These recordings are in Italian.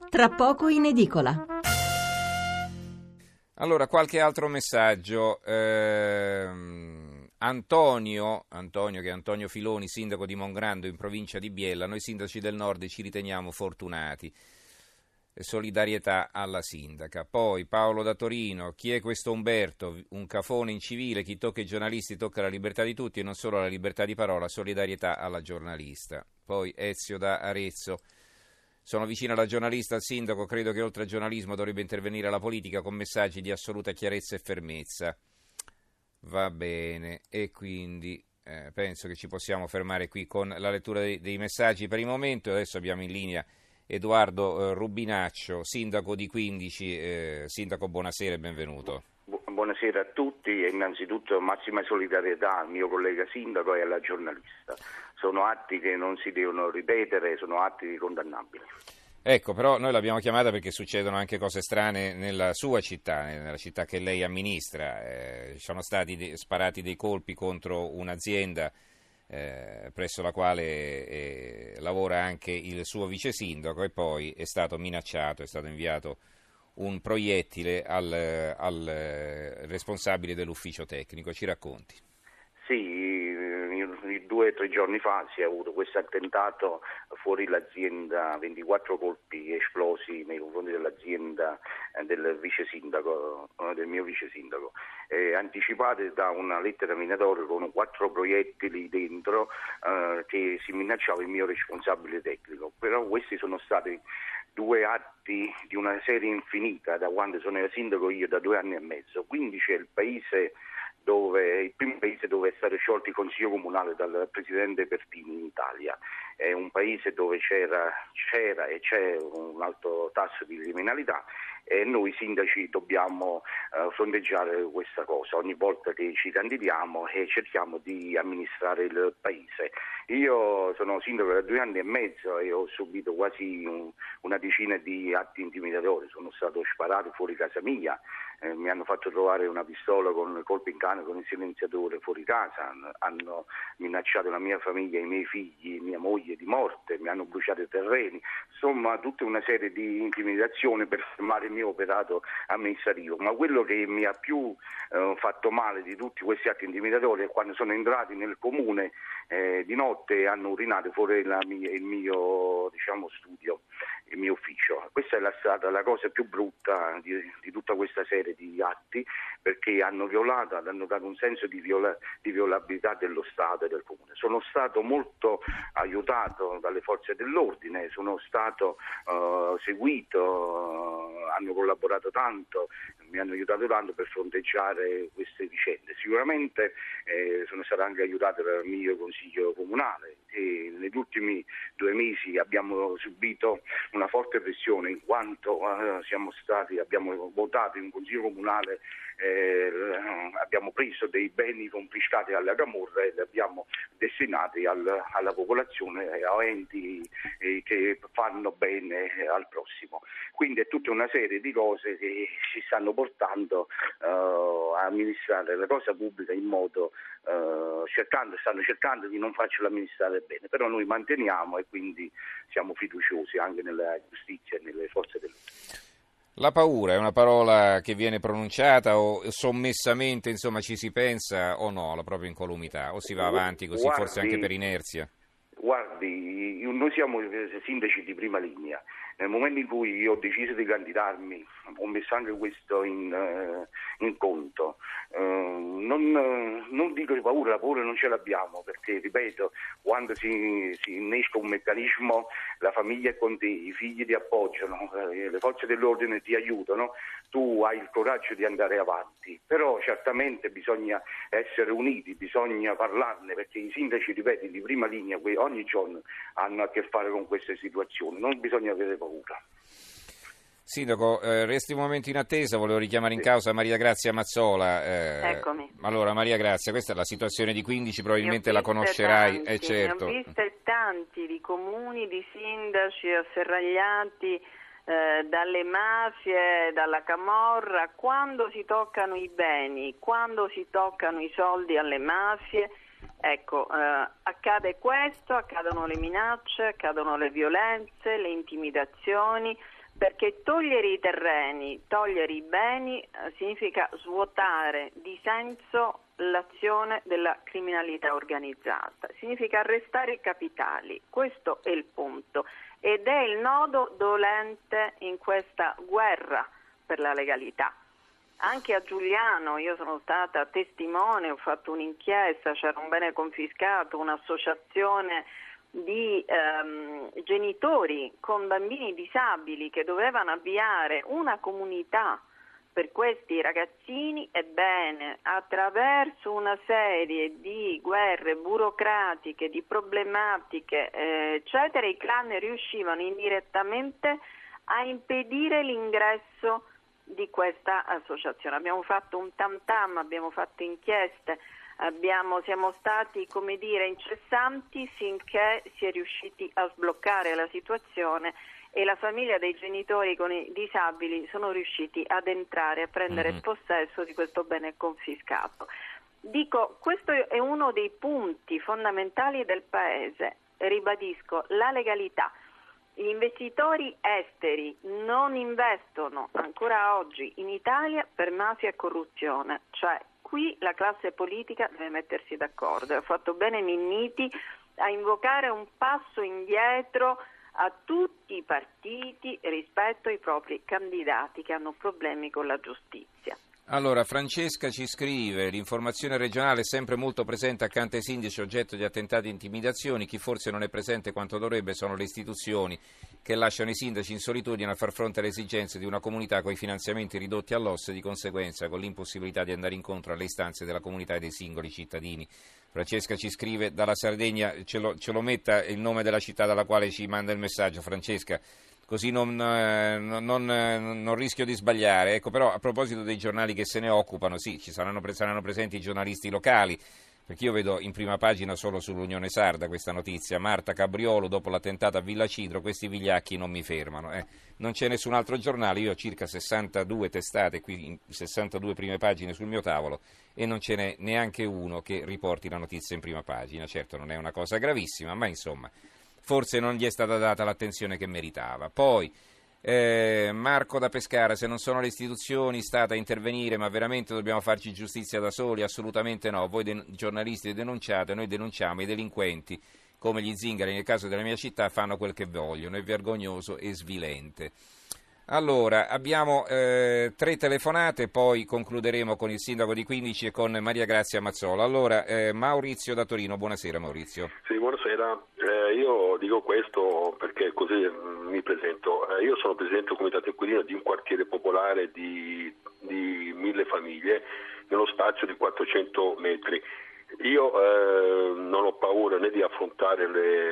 tra poco in edicola. Allora, qualche altro messaggio. Antonio, che è Antonio Filoni, sindaco di Mongrando in provincia di Biella. Noi sindaci del nord ci riteniamo fortunati. Solidarietà alla sindaca. Poi Paolo da Torino: chi è questo Umberto? Un cafone incivile, chi tocca i giornalisti tocca la libertà di tutti e non solo la libertà di parola. Solidarietà alla giornalista. Poi Ezio da Arezzo: sono vicino alla giornalista, al sindaco, credo che oltre al giornalismo dovrebbe intervenire la politica con messaggi di assoluta chiarezza e fermezza. Va bene, e quindi penso che ci possiamo fermare qui con la lettura dei messaggi per il momento. Adesso abbiamo in linea Edoardo Rubinaccio, sindaco di Quindici. Sindaco, buonasera e benvenuto. Buonasera a tutti e innanzitutto massima solidarietà al mio collega sindaco e alla giornalista. Sono atti che non si devono ripetere, sono atti condannabili. Ecco, però noi l'abbiamo chiamata perché succedono anche cose strane nella sua città, nella città che lei amministra. Ci sono stati sparati dei colpi contro un'azienda presso la quale lavora anche il suo vice sindaco, e poi è stato minacciato, è stato inviato un proiettile al responsabile dell'ufficio tecnico. Ci racconti? Sì, 2 o 3 giorni fa si è avuto questo attentato fuori l'azienda, 24 colpi esplosi nei confronti dell'azienda del vice sindaco, del mio vice sindaco, anticipate da una lettera minatoria con 4 proiettili dentro che si minacciava il mio responsabile tecnico. Però questi sono stati 2 atti di una serie infinita da quando sono sindaco io, da 2 anni e mezzo. Quindi c'è il primo paese dove è stato sciolto il consiglio comunale dal presidente Pertini in Italia. È un paese dove c'era e c'è un alto tasso di criminalità e noi sindaci dobbiamo fronteggiare questa cosa ogni volta che ci candidiamo e cerchiamo di amministrare il paese. Io sono sindaco da 2 anni e mezzo e ho subito quasi una decina di atti intimidatori. Sono stato sparato fuori casa mia, mi hanno fatto trovare una pistola con colpi in canna con il silenziatore fuori casa, hanno minacciato la mia famiglia, i miei figli, mia moglie di morte, mi hanno bruciato i terreni, insomma tutta una serie di intimidazioni per fermare il mio operato amministrativo. Ma quello che mi ha più fatto male di tutti questi atti intimidatori è quando sono entrati nel comune di notte e hanno urinato fuori il mio studio, il mio ufficio. Questa è stata la cosa più brutta di tutta questa serie di atti, perché hanno dato un senso di violabilità dello Stato e del comune. Sono stato molto aiutato dalle forze dell'ordine, sono stato seguito, hanno collaborato tanto, mi hanno aiutato tanto per fronteggiare queste vicende. Sicuramente sono stato anche aiutato dal mio consiglio comunale e negli ultimi 2 mesi abbiamo subito una forte pressione in quanto abbiamo votato in un consiglio comunale, abbiamo preso dei beni confiscati alla camorra e li abbiamo destinati alla popolazione e a enti che fanno bene al prossimo. Quindi è tutta una serie di cose che ci stanno portando a amministrare la cosa pubblica in modo stanno cercando di non farcela amministrare bene, però noi manteniamo e quindi siamo fiduciosi anche nella giustizia e nelle forze dell'ordine. La paura è una parola che viene pronunciata o sommessamente, insomma, ci si pensa o no, la propria incolumità, o si va avanti così, forse anche per inerzia? Guardi, noi siamo sindaci di prima linea. Nel momento in cui io ho deciso di candidarmi, ho messo anche questo in conto. Non dico di paura, la paura non ce l'abbiamo, perché, ripeto, quando si innesca un meccanismo, la famiglia è con te, i figli ti appoggiano, le forze dell'ordine ti aiutano, tu hai il coraggio di andare avanti. Però certamente bisogna essere uniti, bisogna parlarne, perché i sindaci, ripeto, di prima linea ogni giorno hanno a che fare con queste situazioni, non bisogna avere paura. Sindaco, resti un momento in attesa, volevo richiamare in causa Maria Grazia Mazzola. Eccomi. Allora, Maria Grazia, questa è la situazione di Quindici, probabilmente la conoscerai. Certo. Ne ho viste tanti di comuni, di sindaci asserragliati dalle mafie, dalla camorra. Quando si toccano i beni, quando si toccano i soldi alle mafie, ecco, accade questo, accadono le minacce, accadono le violenze, le intimidazioni. perché togliere i terreni, togliere i beni significa svuotare di senso l'azione della criminalità organizzata, significa arrestare i capitali, questo è il punto ed è il nodo dolente in questa guerra per la legalità. Anche a Giugliano io sono stata testimone, ho fatto un'inchiesta, c'era un bene confiscato, un'associazione di genitori con bambini disabili che dovevano avviare una comunità per questi ragazzini. Ebbene, attraverso una serie di guerre burocratiche, di problematiche, eccetera, i clan riuscivano indirettamente a impedire l'ingresso di questa associazione. Abbiamo fatto un tam tam, abbiamo fatto inchieste, siamo stati, come dire, incessanti finché si è riusciti a sbloccare la situazione e la famiglia dei genitori con i disabili sono riusciti ad entrare, a prendere possesso di questo bene confiscato. Dico, questo è uno dei punti fondamentali del Paese, ribadisco, la legalità. Gli investitori esteri non investono ancora oggi in Italia per mafia e corruzione, cioè qui la classe politica deve mettersi d'accordo. Ha fatto bene Minniti a invocare un passo indietro a tutti i partiti rispetto ai propri candidati che hanno problemi con la giustizia. Allora, Francesca ci scrive: l'informazione regionale è sempre molto presente accanto ai sindaci oggetto di attentati e intimidazioni. Chi forse non è presente quanto dovrebbe sono le istituzioni che lasciano i sindaci in solitudine a far fronte alle esigenze di una comunità con i finanziamenti ridotti all'osso e di conseguenza con l'impossibilità di andare incontro alle istanze della comunità e dei singoli cittadini. Francesca ci scrive dalla Sardegna, ce lo metta il nome della città dalla quale ci manda il messaggio, Francesca, così non rischio di sbagliare. Ecco, però a proposito dei giornali che se ne occupano, sì, saranno presenti i giornalisti locali, perché io vedo in prima pagina solo sull'Unione Sarda questa notizia: Marta Cabriolo dopo l'attentato a Villa Cidro, questi vigliacchi non mi fermano. Non c'è nessun altro giornale, io ho circa 62 testate, qui 62 prime pagine sul mio tavolo, e non ce n'è neanche uno che riporti la notizia in prima pagina. Certo non è una cosa gravissima, ma insomma forse non gli è stata data l'attenzione che meritava. Poi Marco da Pescara: se non sono le istituzioni state a intervenire, ma veramente dobbiamo farci giustizia da soli? Assolutamente no. Voi giornalisti denunciate, noi denunciamo. I delinquenti, come gli zingari nel caso della mia città, fanno quel che vogliono. È vergognoso e svilente. Allora, abbiamo 3 telefonate, poi concluderemo con il sindaco di Quindici e con Maria Grazia Mazzola. Allora, Maurizio da Torino, buonasera Maurizio. Sì, buonasera. Io dico questo perché così mi presento. Io sono presidente del comitato inquilino di un quartiere popolare di 1000 famiglie nello spazio di 400 metri. Io non ho paura né di affrontare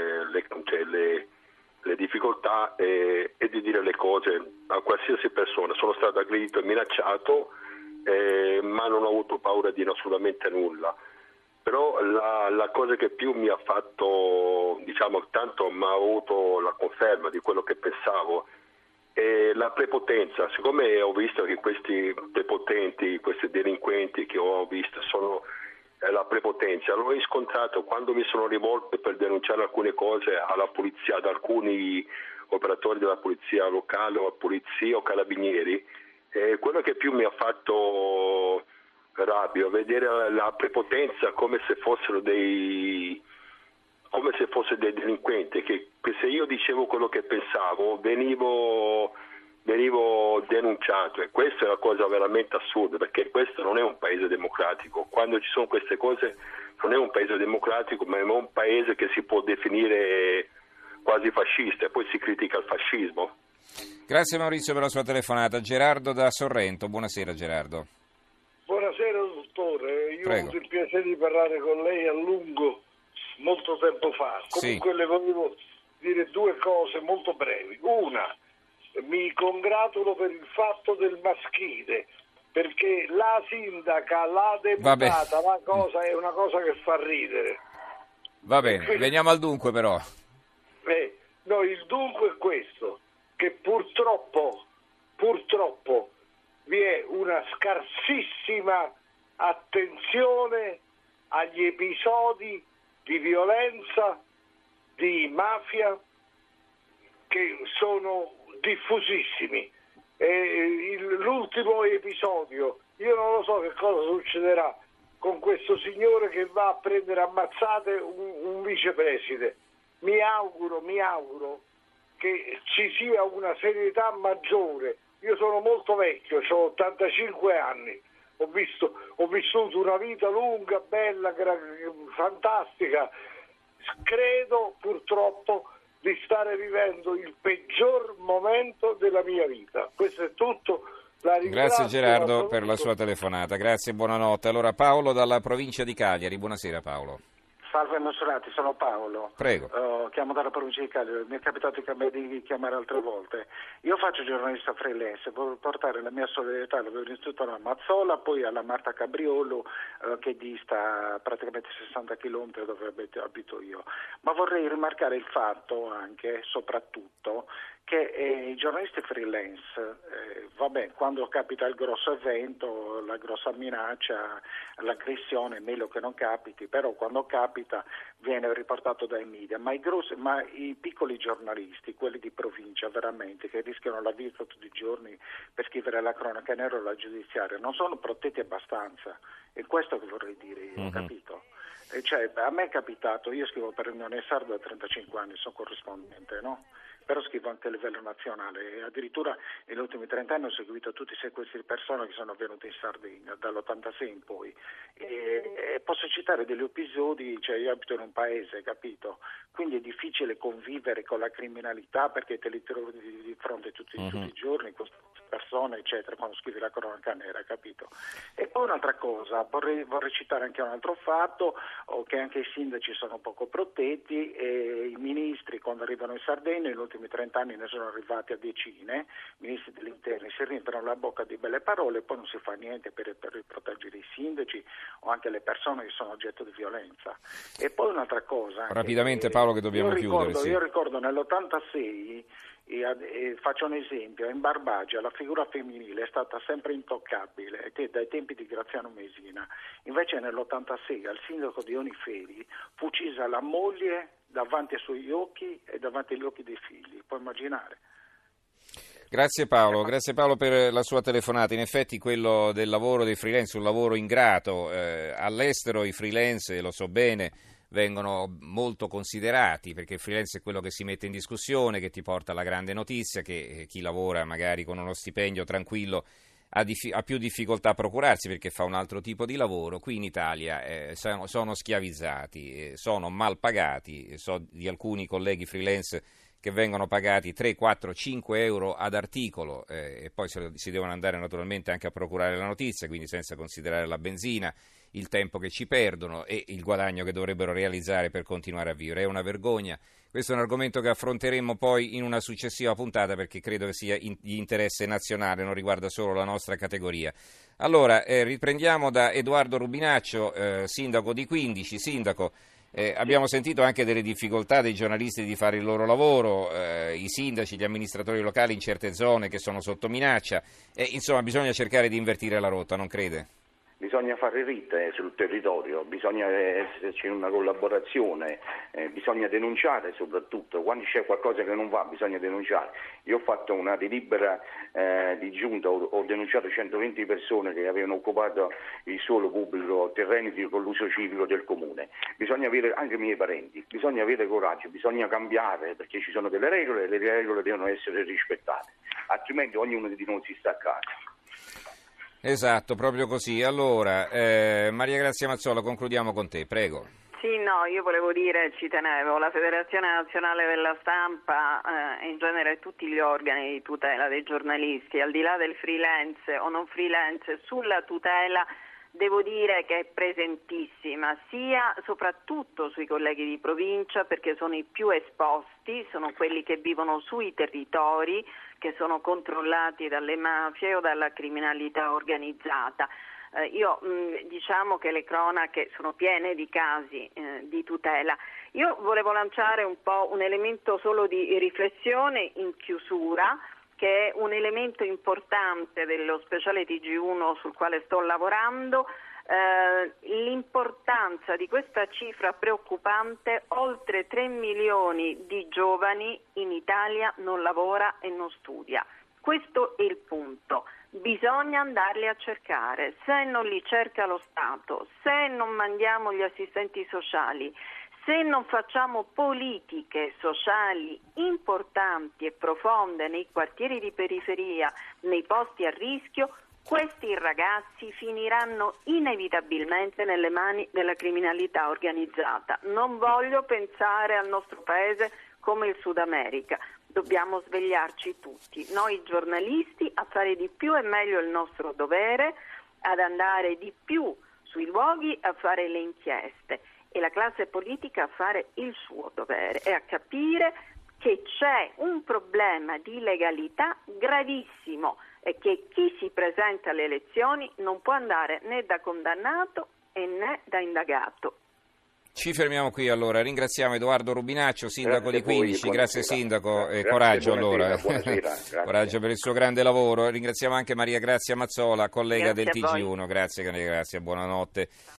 le difficoltà e di dire le cose a qualsiasi persona. Sono stato aggredito e minacciato, ma non ho avuto paura di assolutamente nulla. Però la cosa che più mi ha fatto, tanto mi ha avuto la conferma di quello che pensavo, è la prepotenza. Siccome ho visto che questi prepotenti, questi delinquenti che ho visto sono la prepotenza, l'ho riscontrato quando mi sono rivolto per denunciare alcune cose alla polizia, ad alcuni operatori della polizia locale o polizia o carabinieri. Quello che più mi ha fatto rabbia, vedere la prepotenza come se fossero dei delinquenti, che se io dicevo quello che pensavo venivo denunciato, e questa è una cosa veramente assurda, perché questo non è un paese democratico. Quando ci sono queste cose non è un paese democratico, ma è un paese che si può definire quasi fascista, e poi si critica il fascismo. Grazie Maurizio per la sua telefonata. Gerardo da Sorrento, buonasera Gerardo. Buonasera dottore, io Prego. ho avuto il piacere di parlare con lei a lungo molto tempo fa. Comunque sì. Le volevo dire 2 cose molto brevi. Una, mi congratulo per il fatto del maschile, perché la sindaca, la deputata, la cosa è una cosa che fa ridere. Va bene, quindi, veniamo al dunque però. No, il dunque è questo, che purtroppo vi è una scarsissima attenzione agli episodi di violenza, di mafia che sono diffusissimi. L'ultimo episodio, io non lo so che cosa succederà con questo signore che va a prendere ammazzate un vicepreside. Mi auguro che ci sia una serietà maggiore. Io sono molto vecchio, ho 85 anni, ho vissuto una vita lunga, bella, fantastica. Credo purtroppo di stare vivendo il peggior momento della mia vita. Questo è tutto. Grazie Gerardo per la sua telefonata, grazie e buonanotte. Allora Paolo dalla provincia di Cagliari, buonasera Paolo. Salve Monserrati, sono Paolo. Prego. Chiamo dalla provincia di Cagliari, mi è capitato di chiamare altre volte. Io faccio giornalista freelance, per portare la mia solidarietà all'Istituto alla Mazzola, poi alla Marta Cabriolo che dista praticamente 60 km dove abito io. Ma vorrei rimarcare il fatto anche, soprattutto, che i giornalisti freelance, quando capita il grosso evento, la grossa minaccia, l'aggressione, è meglio che non capiti, però quando capita viene riportato dai media, ma i piccoli giornalisti, quelli di provincia veramente, che rischiano la vita tutti i giorni per scrivere la cronaca nera o la giudiziaria, non sono protetti abbastanza, è questo che vorrei dire io, capito? A me è capitato, io scrivo per Unione Sarda da 35 anni, sono corrispondente, no? Però scrivo anche a livello nazionale e addirittura negli ultimi 30 anni ho seguito tutti i sequestri di persone che sono avvenuti in Sardegna, dall'86 in poi. E posso citare degli episodi, io abito in un paese, capito? Quindi è difficile convivere con la criminalità perché te li trovi di fronte tutti i giorni, queste persone, eccetera, quando scrivi la cronaca nera, capito? E poi un'altra cosa, vorrei citare anche un altro fatto, che anche i sindaci sono poco protetti e i ministri quando arrivano in Sardegna, negli ultimi 30 anni ne sono arrivati a decine, ministri dell'interno si riempiono la bocca di belle parole e poi non si fa niente per proteggere i sindaci o anche le persone che sono oggetto di violenza. E poi un'altra cosa. Rapidamente Paolo che dobbiamo chiudere. Io ricordo nell'86, faccio un esempio, in Barbagia la figura femminile è stata sempre intoccabile dai tempi di Graziano Mesina, invece nell'86 al sindaco di Oniferi fu uccisa la moglie davanti ai suoi occhi e davanti agli occhi dei figli, puoi immaginare. Grazie Paolo per la sua telefonata. In effetti quello del lavoro dei freelance è un lavoro ingrato, all'estero i freelance, lo so bene, vengono molto considerati perché il freelance è quello che si mette in discussione, che ti porta alla grande notizia, che chi lavora magari con uno stipendio tranquillo ha più difficoltà a procurarsi perché fa un altro tipo di lavoro. Qui in Italia sono schiavizzati, sono mal pagati, so di alcuni colleghi freelance che vengono pagati 3, 4, 5 euro ad articolo e poi si devono andare naturalmente anche a procurare la notizia, quindi senza considerare la benzina, il tempo che ci perdono e il guadagno che dovrebbero realizzare per continuare a vivere. È una vergogna. Questo è un argomento che affronteremo poi in una successiva puntata perché credo che sia di interesse nazionale, non riguarda solo la nostra categoria. Allora, riprendiamo da Edoardo Rubinaccio, sindaco di Quindici. Sindaco, abbiamo sentito anche delle difficoltà dei giornalisti di fare il loro lavoro, i sindaci, gli amministratori locali in certe zone che sono sotto minaccia, insomma bisogna cercare di invertire la rotta, non crede? Bisogna fare rite sul territorio, bisogna esserci una collaborazione, bisogna denunciare soprattutto, quando c'è qualcosa che non va bisogna denunciare. Io ho fatto una delibera di giunta, ho denunciato 120 persone che avevano occupato il suolo pubblico, terreni con l'uso civico del comune. Bisogna avere, anche i miei parenti, bisogna avere coraggio, bisogna cambiare perché ci sono delle regole e le regole devono essere rispettate, altrimenti ognuno di noi si sta a casa. Esatto, proprio così. Allora, Maria Grazia Mazzola, concludiamo con te, prego. Sì, no, io volevo dire, ci tenevo, la Federazione Nazionale della Stampa e in genere tutti gli organi di tutela dei giornalisti, al di là del freelance o non freelance, sulla tutela devo dire che è presentissima, sia soprattutto sui colleghi di provincia perché sono i più esposti, sono quelli che vivono sui territori, che sono controllati dalle mafie o dalla criminalità organizzata. Diciamo che le cronache sono piene di casi di tutela. Io volevo lanciare un po' un elemento solo di riflessione in chiusura, che è un elemento importante dello speciale TG1 sul quale sto lavorando, l'importanza di questa cifra preoccupante: oltre 3 milioni di giovani in Italia non lavora e non studia. Questo è il punto. Bisogna andarli a cercare. Se non li cerca lo Stato, se non mandiamo gli assistenti sociali, se non facciamo politiche sociali importanti e profonde nei quartieri di periferia, nei posti a rischio, questi ragazzi finiranno inevitabilmente nelle mani della criminalità organizzata. Non voglio pensare al nostro paese come il Sud America. Dobbiamo svegliarci tutti, noi giornalisti, a fare di più e meglio il nostro dovere, ad andare di più sui luoghi a fare le inchieste, e la classe politica a fare il suo dovere e a capire che c'è un problema di legalità gravissimo e che chi si presenta alle elezioni non può andare né da condannato né da indagato. Ci fermiamo qui allora, ringraziamo Edoardo Rubinaccio, sindaco di Quindici, grazie sindaco, e coraggio allora, coraggio per il suo grande lavoro. Ringraziamo anche Maria Grazia Mazzola, collega del TG1, grazie, buonanotte.